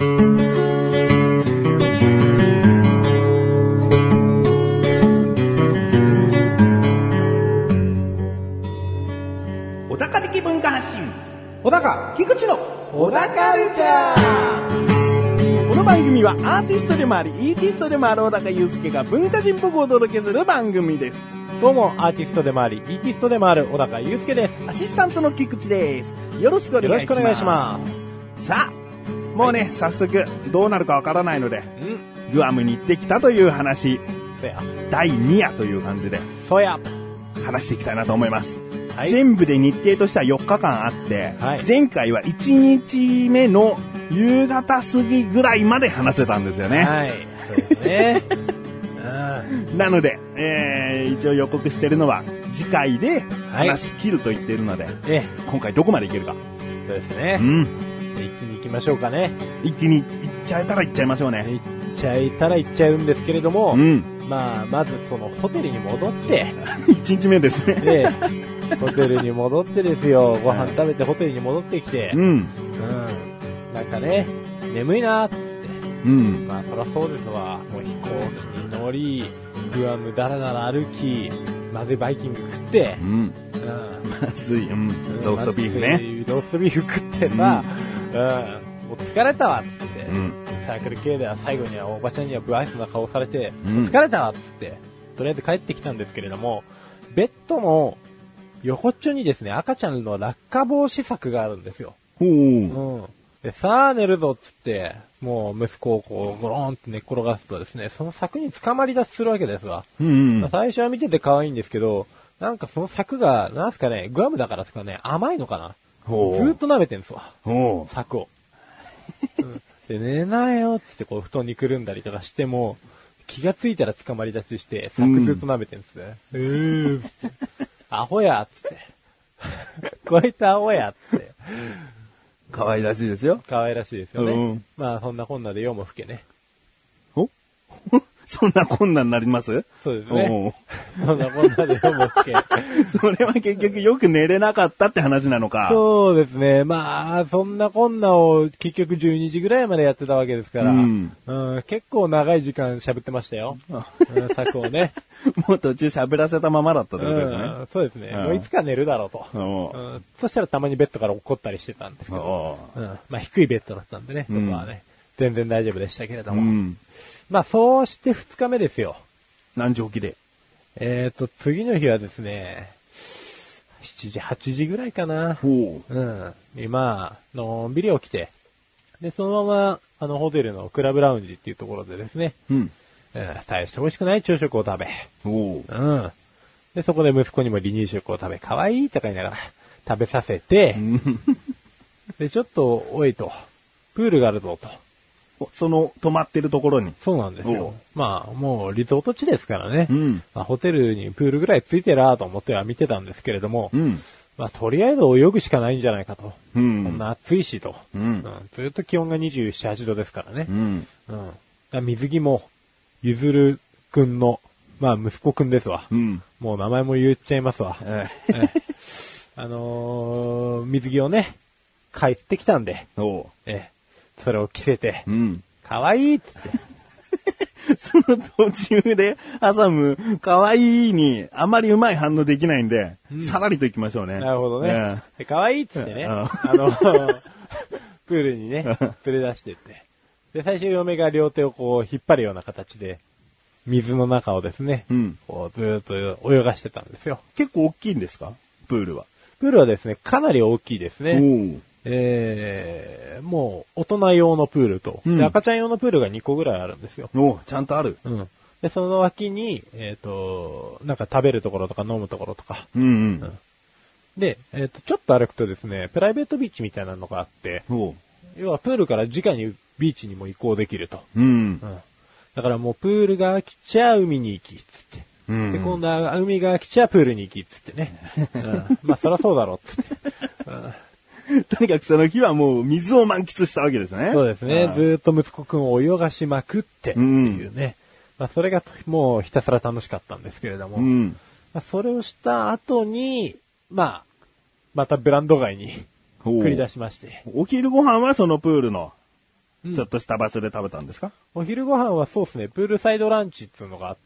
小高的文化発信、 小高菊池の小高カルチャー。 この番組はアーティストでもありイーティストでもある小高祐介が文化人っぽくお届けする番組です。 どうもアーティストでもありイーティストでもある小高祐介です。 アシスタントの菊池です。よろしくお願いします。 よろしくお願いします。 さあもうね、早速どうなるかわからないのでグアムに行ってきたという話、 そや第2夜という感じでそや話していきたいなと思います。 はい、 全部で日程としては4日間あって、 はい、 前回は1日目の夕方過ぎぐらいまで話せたんですよね。 はい、そうですね。 なので、一応予告してるのは次回で話し切ると言っているので、今回どこまでいけるか。 そうですね。一気に行きましょうかね。 一気に行っちゃえたら行っちゃいましょうね。 行っちゃえたら行っちゃうんですけれども、まあまずそのホテルに戻って 1日目ですね。 ホテルに戻ってですよ、ご飯食べてホテルに戻ってきて、なんかね、眠いなーって、まあそらそうですわ、もう飛行機に乗り、グアムだらだら歩き、まずいバイキング食って、 まずい、ローストビーフね。 ローストビーフ食ってさ、もう疲れたわっつって、サークル系では最後にはおばちゃんには不愛想な顔されて、疲れたわっつって、とりあえず帰ってきたんですけれども、ベッドの横っちょにですね、赤ちゃんの落下防止柵があるんですよ。で、さあ寝るぞっつって、もう息子をこう、ゴローンって寝っ転がすとですね、その柵に捕まり出しするわけですわ。最初は見てて可愛いんですけど、なんかその柵が、なんすかね、グアムだからですかね、甘いのかな。ずーっと舐めてんすわ。柵を。で、寝なよっつってこう、布団にくるんだりとかしても、気がついたら捕まり出しして、柵ずっと舐めてんすね。アホやっつって。こいつアホやっつって。 可愛らしいですよ。 可愛らしいですよね。まあ、そんなこんなで夜も更けね。 そんなこんなになります？ そうですね。そんなこんなで夜も更け。 それは結局よく寝れなかったって話なのか。 そうですね。まあ、そんなこんなを結局12時ぐらいまでやってたわけですから、結構長い時間喋ってましたよ。柵をね。 もう途中喋らせたままだったってことですね。 そうですね。もういつか寝るだろうと。そしたらたまにベッドから落っこったりしてたんですけど、まあ低いベッドだったんでね、そこはね、全然大丈夫でしたけれども。まあそうして2日目ですよ。 何時起きで？ 次の日はですね、7時、8時ぐらいかな。今、のんびり起きて、で、そのまま、ホテルのクラブラウンジっていうところでですね、大して美味しくない朝食を食べ、で、そこで息子にも離乳食を食べ、可愛いとか言いながら食べさせて、で、ちょっと、おいと、プールがあるぞと。 その、泊まってるところに。 そうなんですよ。まあ、もうリゾート地ですからね。まあ、ホテルにプールぐらいついてらーと思っては見てたんですけれども、まあ、とりあえず泳ぐしかないんじゃないかと。こんな暑いしと。ずっと気温が27、8度ですからね。水着も、ゆずるくんの、まあ、息子くんですわ。もう名前も言っちゃいますわ。水着をね、帰ってきたんで、それを着せて、かわいいっつって。 その途中で挟むかわいいにあまりうまい反応できないんで、さらりと行きましょうね。 なるほどね。かわいいっつってね、プールにね、連れ出してって。で、最初嫁が両手をこう引っ張るような形で、水の中をですね、こうずーっと泳がしてたんですよ。 結構大きいんですか？プールは。 プールはですね、かなり大きいですね。もう大人用のプールと、で赤ちゃん用のプールが2個ぐらいあるんですよ。 ちゃんとある。 で、その脇に、なんか食べるところとか飲むところとか。で、ちょっと歩くとですね、プライベートビーチみたいなのがあって、要はプールから直にビーチにも移行できると。だからもうプールが飽きちゃ海に行き、つって。で、今度は海が飽きちゃプールに行き、つってね。まあ、そらそうだろう、つって。 とにかくその日はもう水を満喫したわけですね。 そうですね。ずーっと息子くんを泳がしまくってっていうね。まあそれがもうひたすら楽しかったんですけれども。まあ、それをした後に、まあ、またブランド街に繰り出しまして。 お昼ご飯はそのプールのちょっとした場所で食べたんですか？ お昼ご飯はそうですね、プールサイドランチっていうのがあって、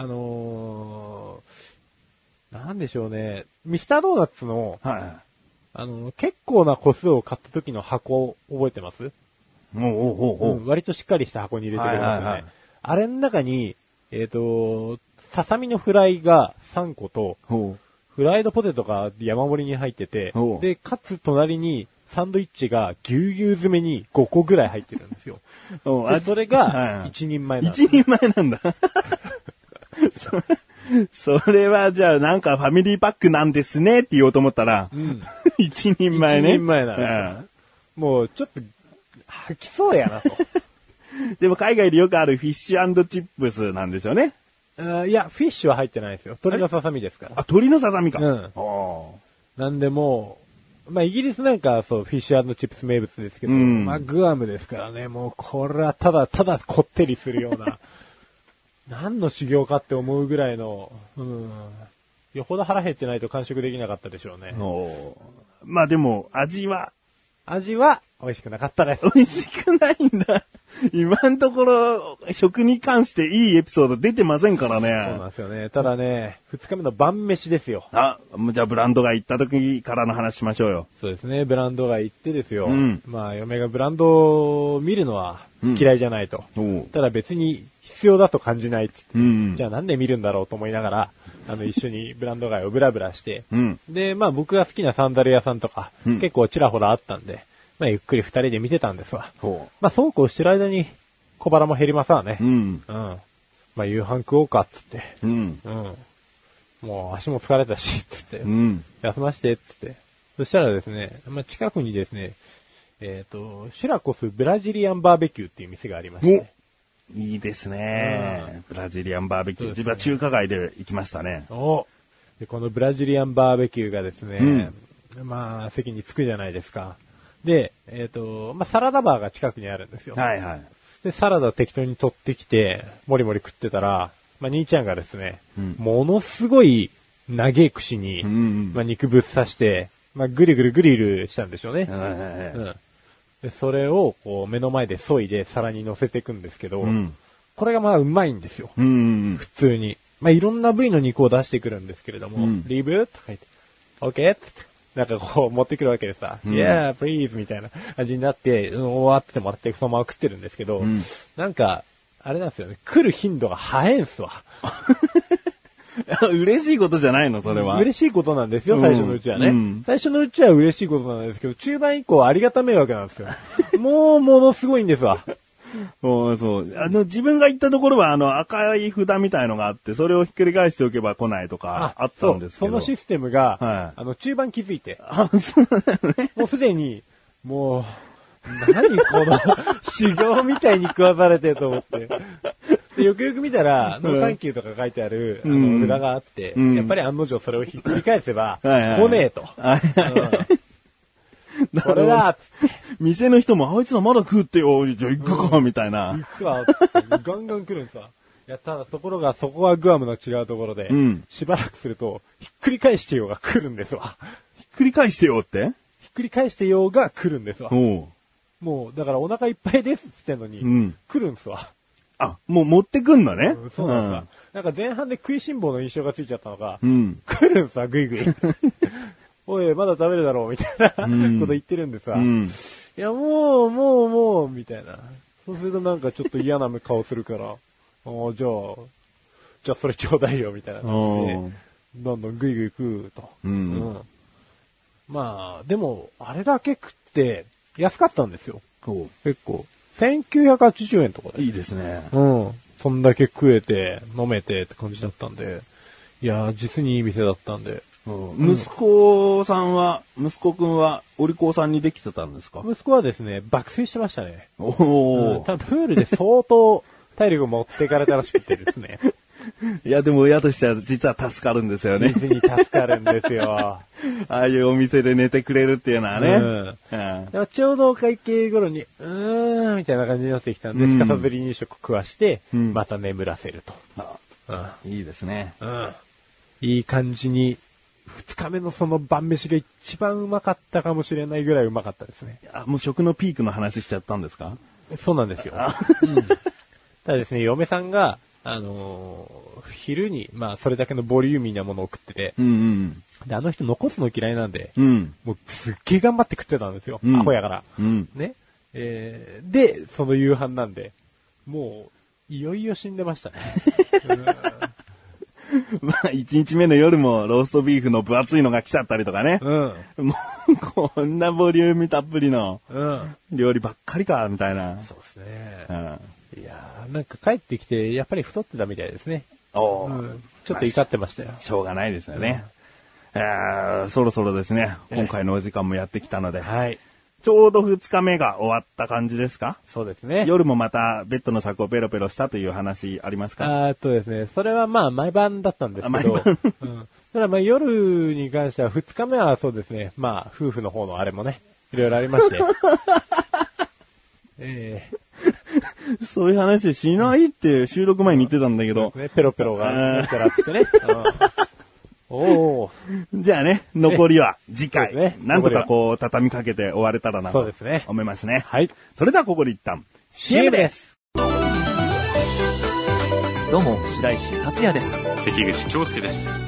なんでしょうね、ミスタードーナツの、結構な個数を買った時の箱覚えてます？割としっかりした箱に入れてくれますよね。あれの中に、ささみのフライが3個と、フライドポテトが山盛りに入ってて、で、かつ隣にサンドイッチがぎゅうぎゅう詰めに5個ぐらい入ってるんですよ。それが1人前なんです。 1人前なんだ。それはじゃあなんかファミリーパックなんですねって言おうと思ったら、1人前ね。 1人前なんですよ。もうちょっと吐きそうやなと。 でも海外でよくあるフィッシュ&チップスなんですよね。 いや、フィッシュは入ってないですよ。鶏のささみですから。 あ、鶏のささみか。 なんでもう、イギリスなんかそう、フィッシュ&チップス名物ですけど、グアムですからね、もうこれはただこってりするような、何の修行かって思うぐらいの、よほど腹減ってないと完食できなかったでしょうね。 でも、味は美味しくなかったね。 美味しくないんだ。今のところ、食に関していいエピソード出てませんからね。 そうなんですよね。ただね、2日目の晩飯ですよ。 じゃあブランド街行った時からの話しましょうよ。 そうですね、ブランド街行ってですよ。嫁がブランドを見るのは嫌いじゃないと。ただ別に必要だと感じないって言って、じゃあなんで見るんだろうと思いながら、一緒にブランド街をブラブラして、で、僕が好きなサンダル屋さんとか、結構ちらほらあったんで、ゆっくり2人で見てたんですわ。そうこうしてる間に小腹も減りますわね。夕飯食おうかっつって。もう足も疲れたし、つって。休まして、つって。そしたらですね、近くにですね、シュラコスブラジリアンバーベキューっていう店がありまして。 いいですね。ブラジリアンバーベキュー。自分は中華街で行きましたね。 で、このブラジリアンバーベキューがですね、席に着くじゃないですか。で、サラダバーが近くにあるんですよ。で、サラダ適当に取ってきて、もりもり食ってたら、兄ちゃんがですね、ものすごい長い串に、肉ぶっ刺して、ぐるぐるグリルしたんでしょうね。で、それをこう目の前で削いで皿に乗せていくんですけど、これがうまいんですよ。普通に。いろんな部位の肉を出してくるんですけれども、リブとか言って、OK? ってなんかこう持ってくるわけでさ、Yeah, please みたいな感じになって、終わってもらってそのまま食ってるんですけど、なんか、あれなんですよね、来る頻度が早いんすわ。 嬉しいことじゃないのそれは。 嬉しいことなんですよ、最初のうちはね。最初のうちは嬉しいことなんですけど、中盤以降ありがた迷惑なんですよ。ものすごいんですわ。 そう。自分が行ったところは赤い札みたいのがあって、それをひっくり返しておけば来ないとかあったんですけど。 そのシステムが、中盤気づいて。 そうだよね。 もうすでに、何この修行みたいに食わされてと思って。で、よくよく見たら、ノーサンキューとか書いてある、札があって、やっぱり案の定それをひっくり返せば、来ねえと。これだっつって。 店の人も、あいつらまだ食うってよ、じゃあ行くか、みたいな。 行くわ、ガンガン来るんさ。ただそこはグアムの違うところで、しばらくすると、ひっくり返してようが来るんですわ。 ひっくり返してよってひっくり返してようが来るんですわ。もう、だからお腹いっぱいですって言ってんのに、来るんですわ。 もう持ってくんのね。 そうなんさ。なんか前半で食いしん坊の印象がついちゃったのが、来るんさ、ぐいぐい。おい、まだ食べるだろう、みたいなこと言ってるんでさ。いや、もう、みたいな。そうするとなんかちょっと嫌な顔するから、じゃあそれちょうだいよ、みたいな感じで、どんどんぐいぐい食うと。でも、あれだけ食って、安かったんですよ。結構。1980円とかで。 いいですね。 そんだけ食えて、飲めてって感じだったんで、いや、実にいい店だったんで。 息子くんは、お利口さんにできてたんですか？ 息子はですね、爆睡してましたね。多分プールで相当体力を持っていかれたらしくてですね。 いや、でも親としては実は助かるんですよね。 実に助かるんですよ。 ああいうお店で寝てくれるっていうのはね。 でもちょうどお会計頃に、みたいな感じになってきたんで、すかさず離乳食食わして、また眠らせると。 いいですね。 いい感じに、二日目のその晩飯が一番うまかったかもしれないぐらいうまかったですね。 もう食のピークの話しちゃったんですか？ そうなんですよ。ただですね、嫁さんが、昼に、まあ、それだけのボリューミーなものを食ってて、で、あの人残すの嫌いなんで、もうすっげー頑張って食ってたんですよ。アホやから。ね。で、その夕飯なんで、もう、いよいよ死んでましたね。 まあ、1日目の夜もローストビーフの分厚いのが来ちゃったりとかね。もう、こんなボリュームたっぷりの料理ばっかりか、みたいな。 そうですね。いやー、なんか帰ってきて、やっぱり太ってたみたいですね。ちょっと怒ってましたよ。 しょうがないですよね。そろそろですね、今回のお時間もやってきたので。はい。ちょうど2日目が終わった感じですか？ そうですね。 夜もまたベッドの柵をペロペロしたという話ありますか？ ですね。それはまあ毎晩だったんですけど。ただまあ夜に関しては2日目はそうですね。まあ夫婦の方のあれもね、いろいろありまして。 そういう話しないって収録前に言ってたんだけど。 ね、ペロペロがなんちゃらってね。 じゃあね、残りは次回、なんとかこう畳みかけて終われたらなと思いますね。はい。それではここで一旦 CM です。 どうも白石達也です。 関口京介です。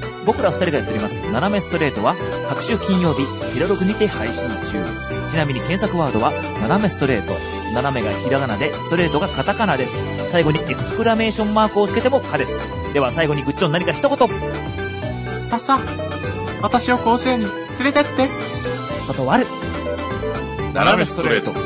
僕ら二人がやっております斜めストレートは各週金曜日ヒロログにて配信中。ちなみに検索ワードは斜めストレート、斜めがひらがなでストレートがカタカナです。最後にエクスクラメーションマークをつけても可です。では最後にグッチョン何か一言。 パサ、私を甲子園に連れてって。 断る。 斜めストレート。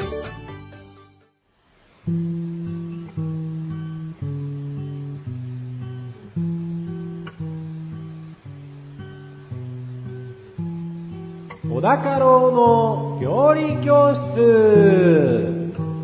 小高郎の料理教室。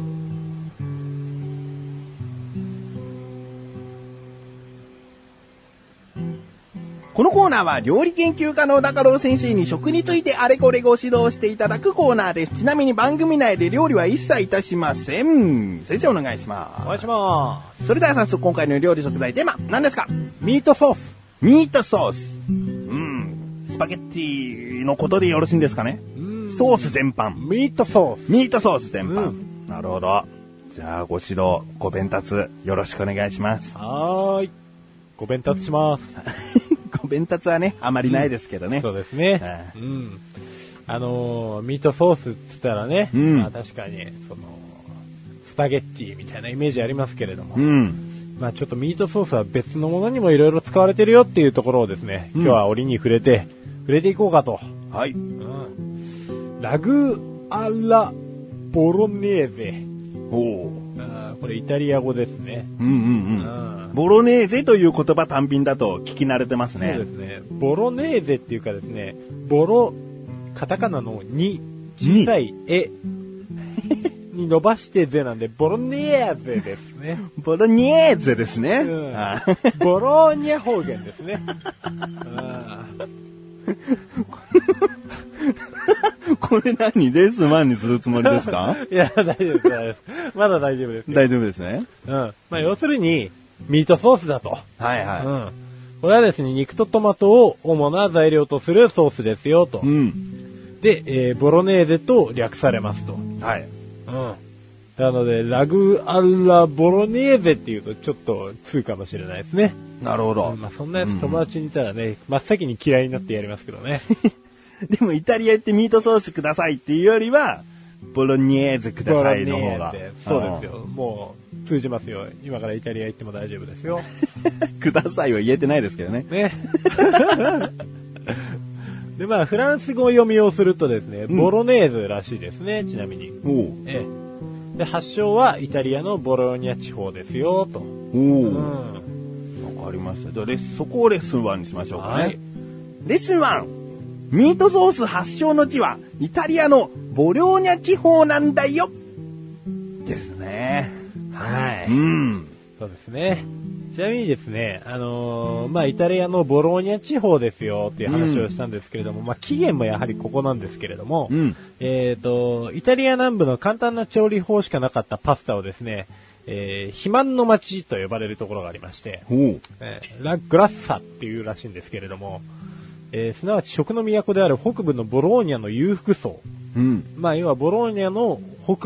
このコーナーは料理研究家の高郎先生に食についてあれこれご指導していただくコーナーです。ちなみに番組内で料理は一切いたしません。先生お願いします。 お願いします。 それでは早速今回の料理食材テーマ、何ですか？ ミートソース。 ミートソース。スパゲッティのことでよろしいんですかね？ソース全般。 ミートソース。 ミートソース全般。なるほど。じゃあご指導、ご鞭達よろしくお願いします。 はーい。ご鞭達します。 ご鞭達はね、あまりないですけどね。 そうですね。ミートソースって言ったらね、まあ確かに、スパゲッティみたいなイメージありますけれども、まあちょっとミートソースは別のものにもいろいろ使われてるよっていうところをですね、今日は折に触れていこうかと。はい。ラグアラボロネーゼ。これイタリア語ですね。 ボロネーゼという言葉単品だと聞き慣れてますね。 そうですね。ボロネーゼっていうかですね、カタカナの2、小さい絵に伸ばしてゼなんで、ボロネーゼですね。 ボロネーゼですね。 ボローニャ方言ですね。 これ何レース1にするつもりですか？ いや、大丈夫です。まだ大丈夫です。 大丈夫ですね。 まあ要するに、ミートソースだと。 はいはい。 これはですね、肉とトマトを主な材料とするソースですよと。で、ボロネーゼと略されますと。 はい。 なので、ラグアラボロネーゼっていうとちょっと通かもしれないですね。 なるほど。 まあそんなやつ友達にいたらね、真っ先に嫌いになってやりますけどね。 でもイタリア行ってミートソースくださいっていうよりは、ボロニェーゼくださいの方が。 そうですよ。もう通じますよ。今からイタリア行っても大丈夫ですよ。 くださいは言えてないですけどね。 ね。で、まあフランス語読みをするとですね、ボロネーゼらしいですね、ちなみに。で、発祥はイタリアのボローニャ地方ですよ、と。 わかりました。じゃあそこをレッスン1にしましょうかね。はい、レッスン1。ミートソース発祥の地はイタリアのボローニャ地方なんだよですね。 はい。そうですね。ちなみにですね、まあ、イタリアのボローニャ地方ですよっていう話をしたんですけれども、まあ、起源もやはりここなんですけれども、イタリア南部の簡単な調理法しかなかったパスタをですね、肥満の町と呼ばれるところがありまして、ラ・グラッサっていうらしいんですけれども、すなわち食の都である北部のボローニャの裕福層。まあ、要はボローニャの北部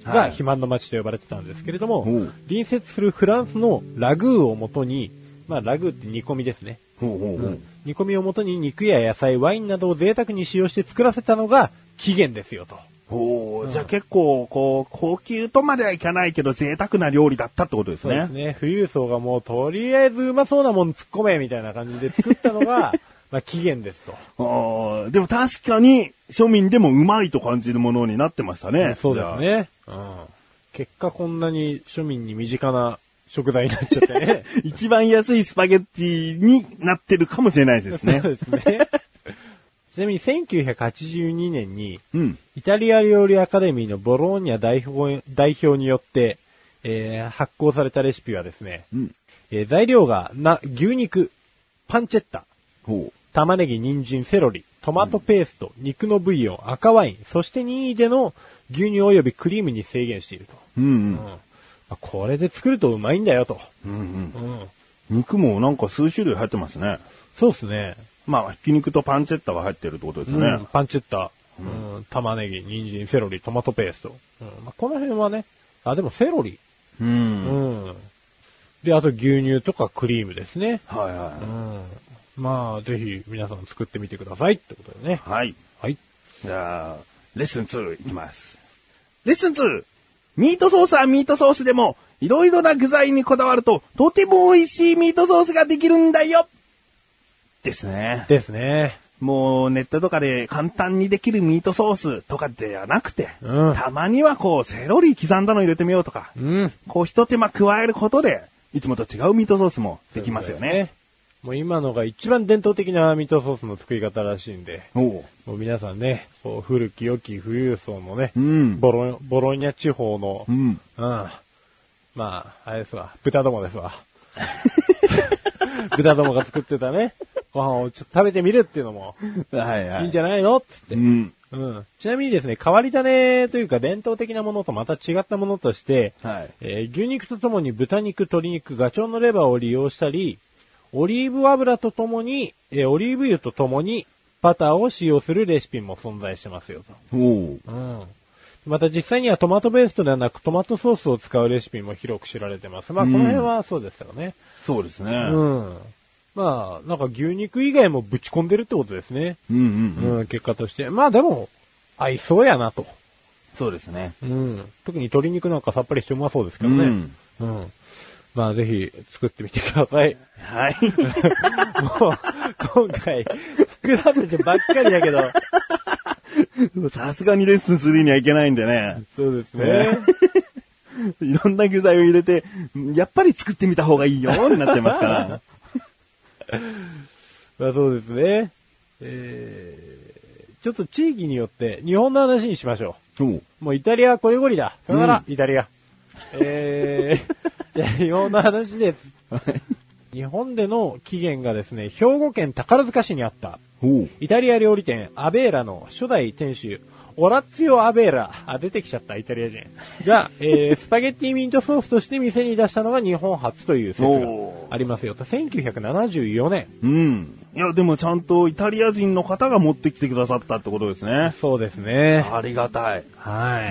がはい肥満の街と呼ばれてたんですけれども、 ほう隣接するフランスのラグーをもとに、まあラグーって煮込みですね。 ほうほうほう。 煮込みをもとに肉や野菜、ワインなどを贅沢に使用して作らせたのが起源ですよと。 ほう、じゃあ結構、こう、高級とまではいかないけど、贅沢な料理だったってことですね。 そうですね。富裕層がもうとりあえずうまそうなもん突っ込めみたいな感じで作ったのが、まあ起源ですと。 でも確かに、庶民でもうまいと感じるものになってましたね。 そうですね。結果こんなに庶民に身近な食材になっちゃってね。 一番安いスパゲッティになってるかもしれないですね。 そうですね。ちなみに1982年に、 うん。 イタリア料理アカデミーのボローニャ代表によって、発行されたレシピはですね、 うん。 材料が牛肉、パンチェッタ、 ほ玉ねぎ、人参、セロリ、トマトペースト、肉のブイヨン、赤ワイン、そして任意での牛乳及びクリームに制限していると。 う。うんまあこれで作るとうまいんだよと。 うん。うん。肉もなんか数種類入ってますね。 そうですね。 まあ、ひき肉とパンチェッタが入ってるってことですね。 パンチェッタ、玉ねぎ、人参、セロリ、トマトペースト。まあ、この辺はね、でもセロリ。で、あと牛乳とかクリームですね。 はいはまあ、ぜひ皆さん作ってみてくださいってことでね。 い。はい。 はい。 じゃあ、レッスン2いきます。レッスン 2! ミートソースはミートソースでも、いろいろな具材にこだわると、とても美味しいミートソースができるんだよですね。 ですね。 もうネットとかで簡単にできるミートソースとかではなくて、 うんたまにはこうセロリ刻んだの入れてみようとか、こう一手間加えることで、いつもと違うミートソースもできますよね。 もう今のが一番伝統的なミートソースの作り方らしいんで、 おうもう皆さんね、こう古き良き富裕層のね、 うんボロニャ地方の、 うん。 まあ、あれですわ、豚どもですわ。豚どもが作ってたね、ご飯をちょっと食べてみるっていうのも、 はいはい。 いいんじゃないのっつって。 うん。 ちなみにですね、変わり種というか伝統的なものとまた違ったものとして、 はい。 牛肉とともに豚肉、鶏肉、ガチョウのレバーを利用したり、オリーブ油とともに、オリーブ油とともにバターを使用するレシピも存在してますよと。 おう。 また実際にはトマトベースではなくトマトソースを使うレシピも広く知られてます。まあこの辺はそうですよね。 そうですね。 まあなんか牛肉以外もぶち込んでるってことですね。結果として。まあでも、合いそうやなと。 そうですね。 特に鶏肉なんかさっぱりしてうまそうですけどね。まあぜひ作ってみてください。 はい。 もう、今回、作らせてばっかりだけど。 さすがにレッスン3にはいけないんでね。 そうですね。 いろんな具材を入れて、やっぱり作ってみた方がいいよ、になっちゃいますから。 まあそうですね。ちょっと地域によって日本の話にしましょう。もうイタリアはこりごりだ。さよなら、イタリア。じゃあ日本の話です。日本での起源がですね、兵庫県宝塚市にあった、イタリア料理店アベーラの初代店主、オラッツィオ・アベーラ、出てきちゃったイタリア人が、スパゲッティミートソースとして店に出したのが日本初という説がありますよと。1974年。 いや、でもちゃんとイタリア人の方が持ってきてくださったってことですね。 そうですね。 ありがたい。 はい。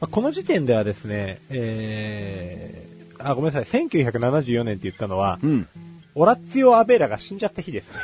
この時点ではですね、ごめんなさい、1974年って言ったのは、オラッツィオ・アベーラが死んじゃった日ですね。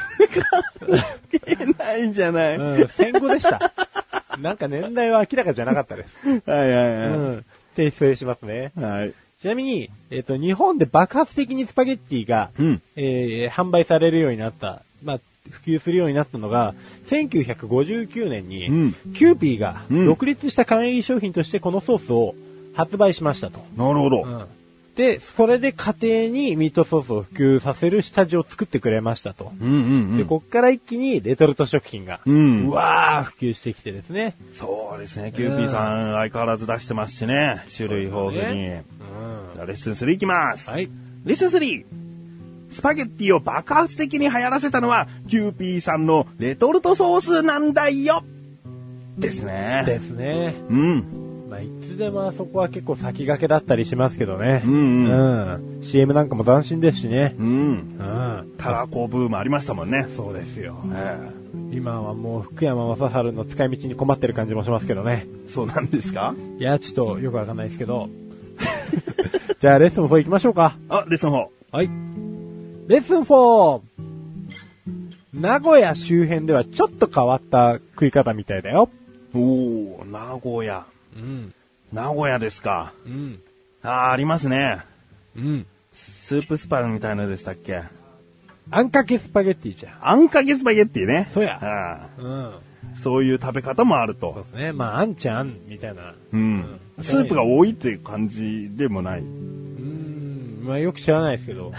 ないじゃない。 戦後でした。なんか年代は明らかじゃなかったです。 はいはいはい。 って失礼しますね。 はい。 ちなみに、日本で爆発的にスパゲッティが、販売されるようになった、まあ、普及するようになったのが、1959年に、キューピーが独立した缶入り商品としてこのソースを発売しましたと。 なるほど。 で、それで家庭にミートソースを普及させる下地を作ってくれましたと。で、こっから一気にレトルト食品が、うわー普及してきてですね。 そうですね。キューピーさん相変わらず出してますしね。種類豊富に。じゃあレッスン3いきます。 はい。 レッスン 3! スパゲッティを爆発的に流行らせたのは、キューピーさんのレトルトソースなんだよですね。 ですね。まあ、いつでもあそこは結構先駆けだったりしますけどね。CM なんかも斬新ですしね。 タラコブームありましたもんね。 そうですよ。 今はもう福山雅治の使い道に困ってる感じもしますけどね。 そうなんですか？ いや、ちょっとよくわかんないですけど。じゃあレッスン4行きましょうか。 あ、レッスン4。 はい。レッスン 4! 名古屋周辺ではちょっと変わった食い方みたいだよ。 おー、名古屋。 うん。 名古屋ですか。 うん。 ありますね。 うん。 スープスパみたいなのでしたっけ？ あんかけスパゲッティじゃん。 あんかけスパゲッティね。 そうや。 うん。そういう食べ方もあると。 そうですね。まあ、あんちゃんみたいな。 うん。スープが多いっていう感じでもない。 まあ、よく知らないですけど。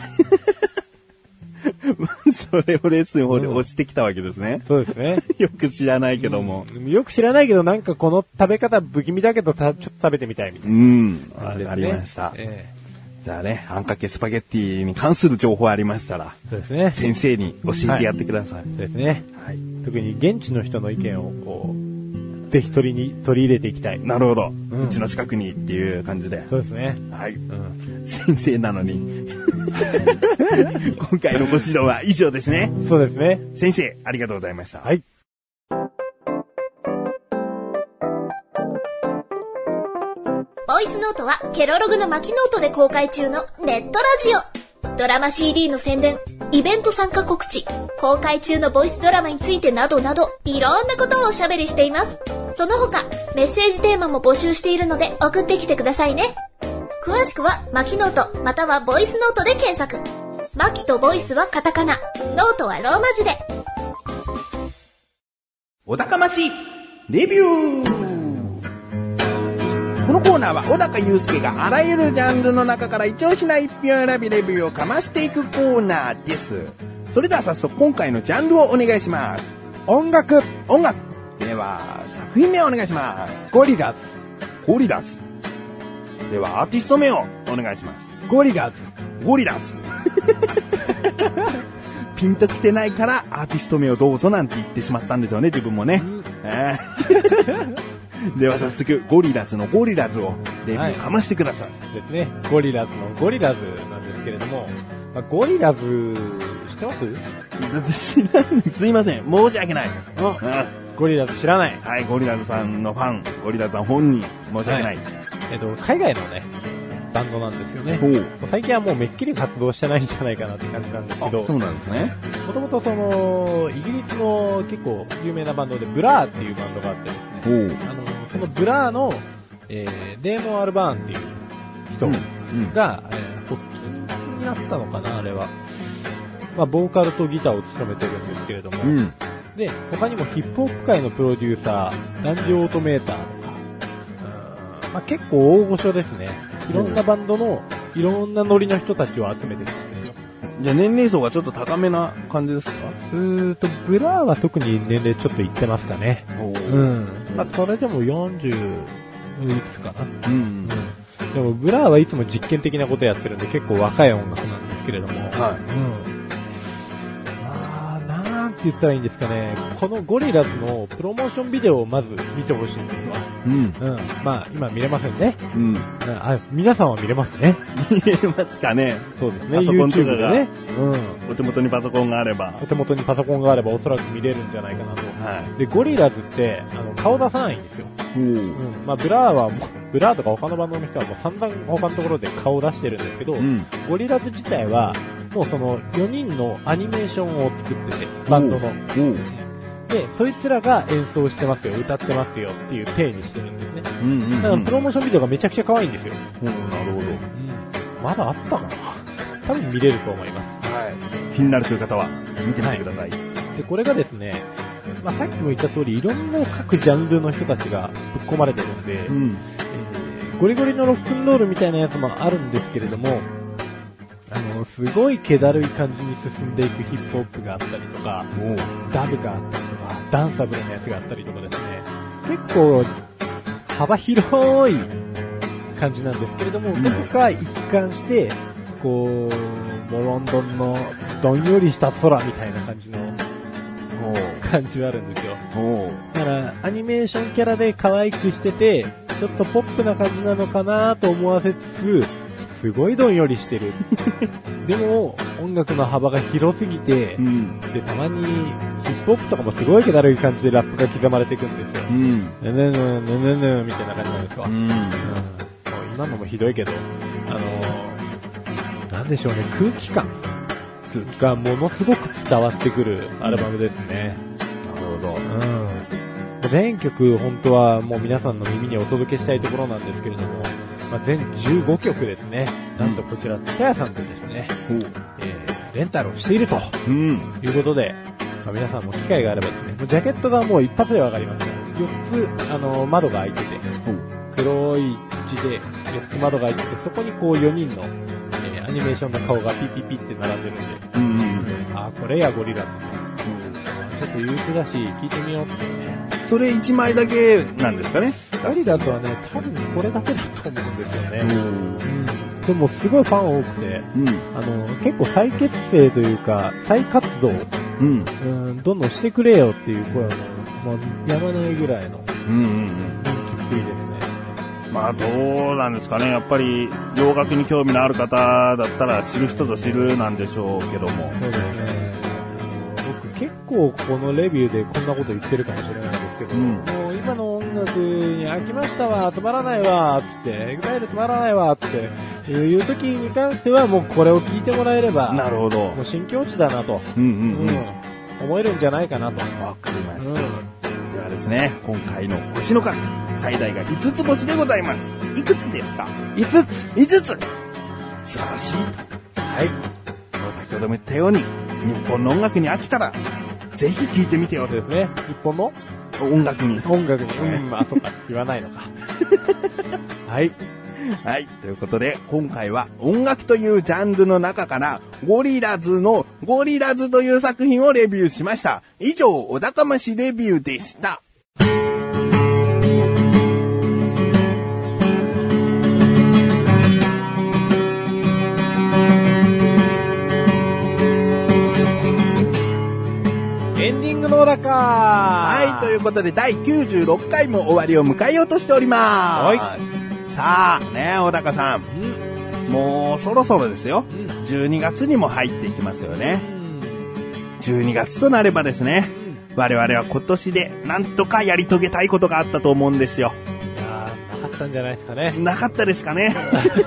それをレッスン4で押してきたわけですね。 そうですね。 よく知らないけども。 よく知らないけど、なんかこの食べ方不気味だけど、ちょっと食べてみたいみたいな。 ありました。じゃあね、あんかけスパゲッティに関する情報ありましたら、 そうですね。 先生に教えてやってください。 そうですね。 はい。 特に現地の人の意見をこう、ぜひ取り入れていきたい。 なるほど。うちの近くにっていう感じで。 そうですね。 はい。先生なのに。今回のご指導は以上ですね。 そうですね。 先生、ありがとうございました。 はい。 ボイスノートはケロログのマキノートで公開中のネットラジオ。ドラマ CD の宣伝、イベント参加告知、公開中のボイスドラマについてなどなど、いろんなことをおしゃべりしています。その他、メッセージテーマも募集しているので送ってきてくださいね。詳しくはマキノートまたはボイスノートで検索。マキとボイスはカタカナ、ノートはローマ字で。 お高ましレビュー。このコーナーは小高祐介があらゆるジャンルの中から一押しな一品選びレビューをかましていくコーナーです。それでは早速今回のジャンルをお願いします。 音楽。 では作品名をお願いします。 ゴリラズ。 ではアーティスト名をお願いします。 ゴリラズ。 ピンときてないからアーティスト名をどうぞなんて言ってしまったんですよね、自分もね。では早速ゴリラズのゴリラズをレビューかましてください。 ですね。ゴリラズのゴリラズなんですけれども、ゴリラズ知ってます？ 知らん。すいません。申し訳ない。 ゴリラズ知らない。 はい、ゴリラズさんのファン、ゴリラズさん本人、申し訳ない。 海外のね、バンドなんですよね。最近はもうめっきり活動してないんじゃないかなって感じなんですけど。 そうなんですね。 もともとイギリスの結構有名なバンドでブラーっていうバンドがあってですね。そのブラーの、デーモン・アルバーンっていう人が、発起になったのかな、あれは。まあ、ボーカルとギターを務めてるんですけれども。で、他にもヒップホップ界のプロデューサー、ダンジオートメーターとか、まあ、結構大御所ですね。いろんなバンドのいろんなノリの人たちを集めてるんですよ。 じゃあ年齢層がちょっと高めな感じですか？ ブラーは特に年齢ちょっといってますかね。まあ、それでも40いくつかな。でもブラーはいつも実験的なことやってるんで結構若い音楽なんですけれども。なんて言ったらいいんですかね。このゴリラズのプロモーションビデオをまず見てほしいんですわ。まあ今見れませんね。皆さんは見れますね。 見れますかね。 そうですね。YouTube でね。 お手元にパソコンがあれば。 おそらく見れるんじゃないかなと。で、ゴリラズって顔出さないんですよ。まあブラーとか他のバンドの人はもう散々他のところで顔を出してるんですけど、ゴリラズ自体はもうその4人のアニメーションを作ってて、バンドの。で、そいつらが演奏してますよ、歌ってますよっていう体にしてるんですね。だからプロモーションビデオがめちゃくちゃ可愛いんですよ。 なるほど。 まだあったかな？多分見れると思います。 気になるという方は見てみてください。 で、これがですね、まあ、さっきも言った通りいろんな各ジャンルの人たちがぶっ込まれてるんで、ゴリゴリのロックンロールみたいなやつもあるんですけれども、すごい気だるい感じに進んでいくヒップホップがあったりとか、ダブがあったりとか、ダンサブルなやつがあったりとかですね、結構幅広い感じなんですけれども、どこか一貫して、こう、もうロンドンのどんよりした空みたいな感じの感じはあるんですよ。だからアニメーションキャラで可愛くしてて、ちょっとポップな感じなのかなと思わせつつ、すごいどんよりしてる。でも音楽の幅が広すぎて、でたまにヒップホップとかもすごい気だるい感じでラップが刻まれていくんですよ。 うん。 ねねねねねねみたいな感じなんですわ。もう今のもひどいけど、なんでしょうね、空気感がものすごく伝わってくるアルバムですね。 なるほど。 全曲本当はもう皆さんの耳にお届けしたいところなんですけれども、全15曲ですね。なんとこちら、ツタヤさんでですね、レンタルをしているということで、皆さんも機会があればですね、ジャケットがもう一発でわかりますね。4つ、窓が開いてて、黒い口で4つ窓が開いてて、そこにこう4人の、アニメーションの顔がピピピって並んでるんで、これやゴリラズ。ちょっと憂鬱だし、聞いてみようってね。 それ1枚だけなんですかね。 ゴリラズはね、多分これだけだと思うんですよね。でもすごいファン多くて、結構再結成というか、再活動、どんどんしてくれよっていう声はもうやまないぐらいの人気っぷりですね。 どうなんですかね。やっぱり洋楽に興味のある方だったら知る人ぞ知るなんでしょうけども。 そうですね。僕結構このレビューでこんなこと言ってるかもしれないですけど、もう今の音楽に飽きましたわ、つまらないわ、つって、EXILEつまらないわ、つっていう時に関してはもうこれを聞いてもらえれば、 なるほど。 もう新境地だなと、思えるんじゃないかなと。 わかりました。ではですね、今回の星の数、最大が5つ星でございます。いくつですか？5つ。素晴らしい。はい。先ほども言ったように、日本の音楽に飽きたら、ぜひ聴いてみてよ。 ですね。日本の音楽に。 そうか、言わないのか。はい。 はい。ということで、今回は音楽というジャンルの中から、ゴリラズのゴリラズという作品をレビューしました。以上、お高ましレビューでした。 エンディングの小高。 はい、ということで第96回も終わりを迎えようとしております。はい。さあ、ね、小高さん。もうそろそろですよ。12月にも入っていきますよね。12月となればですね、我々は今年でなんとかやり遂げたいことがあったと思うんですよ。 いやー、なかったんじゃないですかね。 なかったですかね。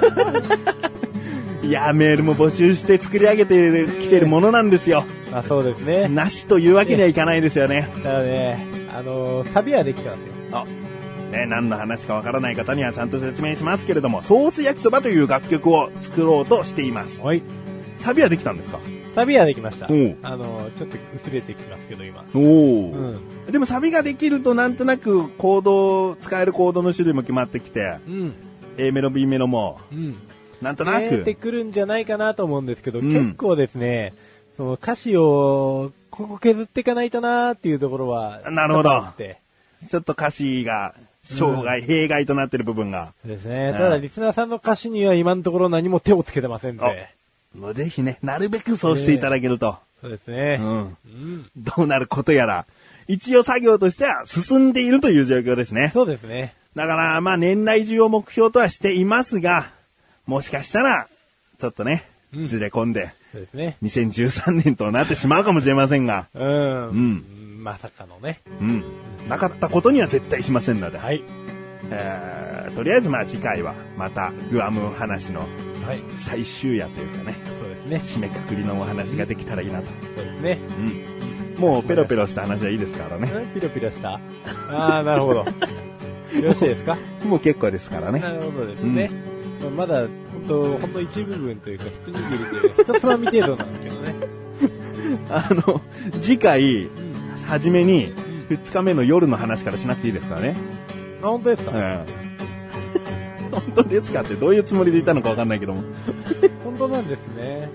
いやー、メールも募集して作り上げてきてるものなんですよ。 そうですね。 なしというわけにはいかないですよね。 だからね、サビはできてますよ。 何の話かわからない方にはちゃんと説明しますけれども、ソース焼きそばという楽曲を作ろうとしています。はい。サビはできたんですか？ サビはできました。ちょっと薄れてきますけど、今。 でもサビができるとなんとなく使えるコードの種類も決まってきて、A メロ、B メロも、なんとなく。 出てくるんじゃないかなと思うんですけど、結構ですね、その歌詞を、ここ削っていかないとなーっていうところは、 なるほど。ちょっと歌詞が、弊害となっている部分が。 ですね。ただ、リスナーさんの歌詞には今のところ何も手をつけてませんので。 もうぜひね、なるべくそうしていただけると。 そうですね。 どうなることやら、一応作業としては進んでいるという状況ですね。 そうですね。 だから、年内中を目標とはしていますが、もしかしたら、ちょっとね、ずれ込んで、 そうですね。 2013年となってしまうかもしれませんが。 まさかのね。 なかったことには絶対しませんので。 はい。 とりあえず次回はまたグアム話の最終夜というかね。 そうですね。 締めくくりのお話ができたらいいなと。 そうですね。 もうペロペロした話はいいですからね。 ピロピロした？なるほど。よろしいですか？ もう結構ですからね。 なるほどですね。まだ、ほんと一部分というか、一握りというか、一つまみ程度なんですけどね。 次回、初めに、2日目の夜の話からしなくていいですからね。 本当ですか？ 本当ですかってどういうつもりで言ったのかわかんないけども。 本当なんですね。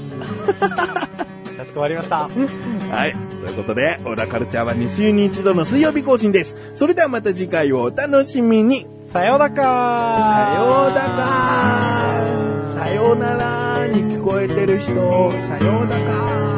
かしこまりました。 はい。ということで、小田カルチャーは2週に1度の水曜日更新です。それではまた次回をお楽しみに。 さようだかさようだかさようならに聞こえてる人、さようだか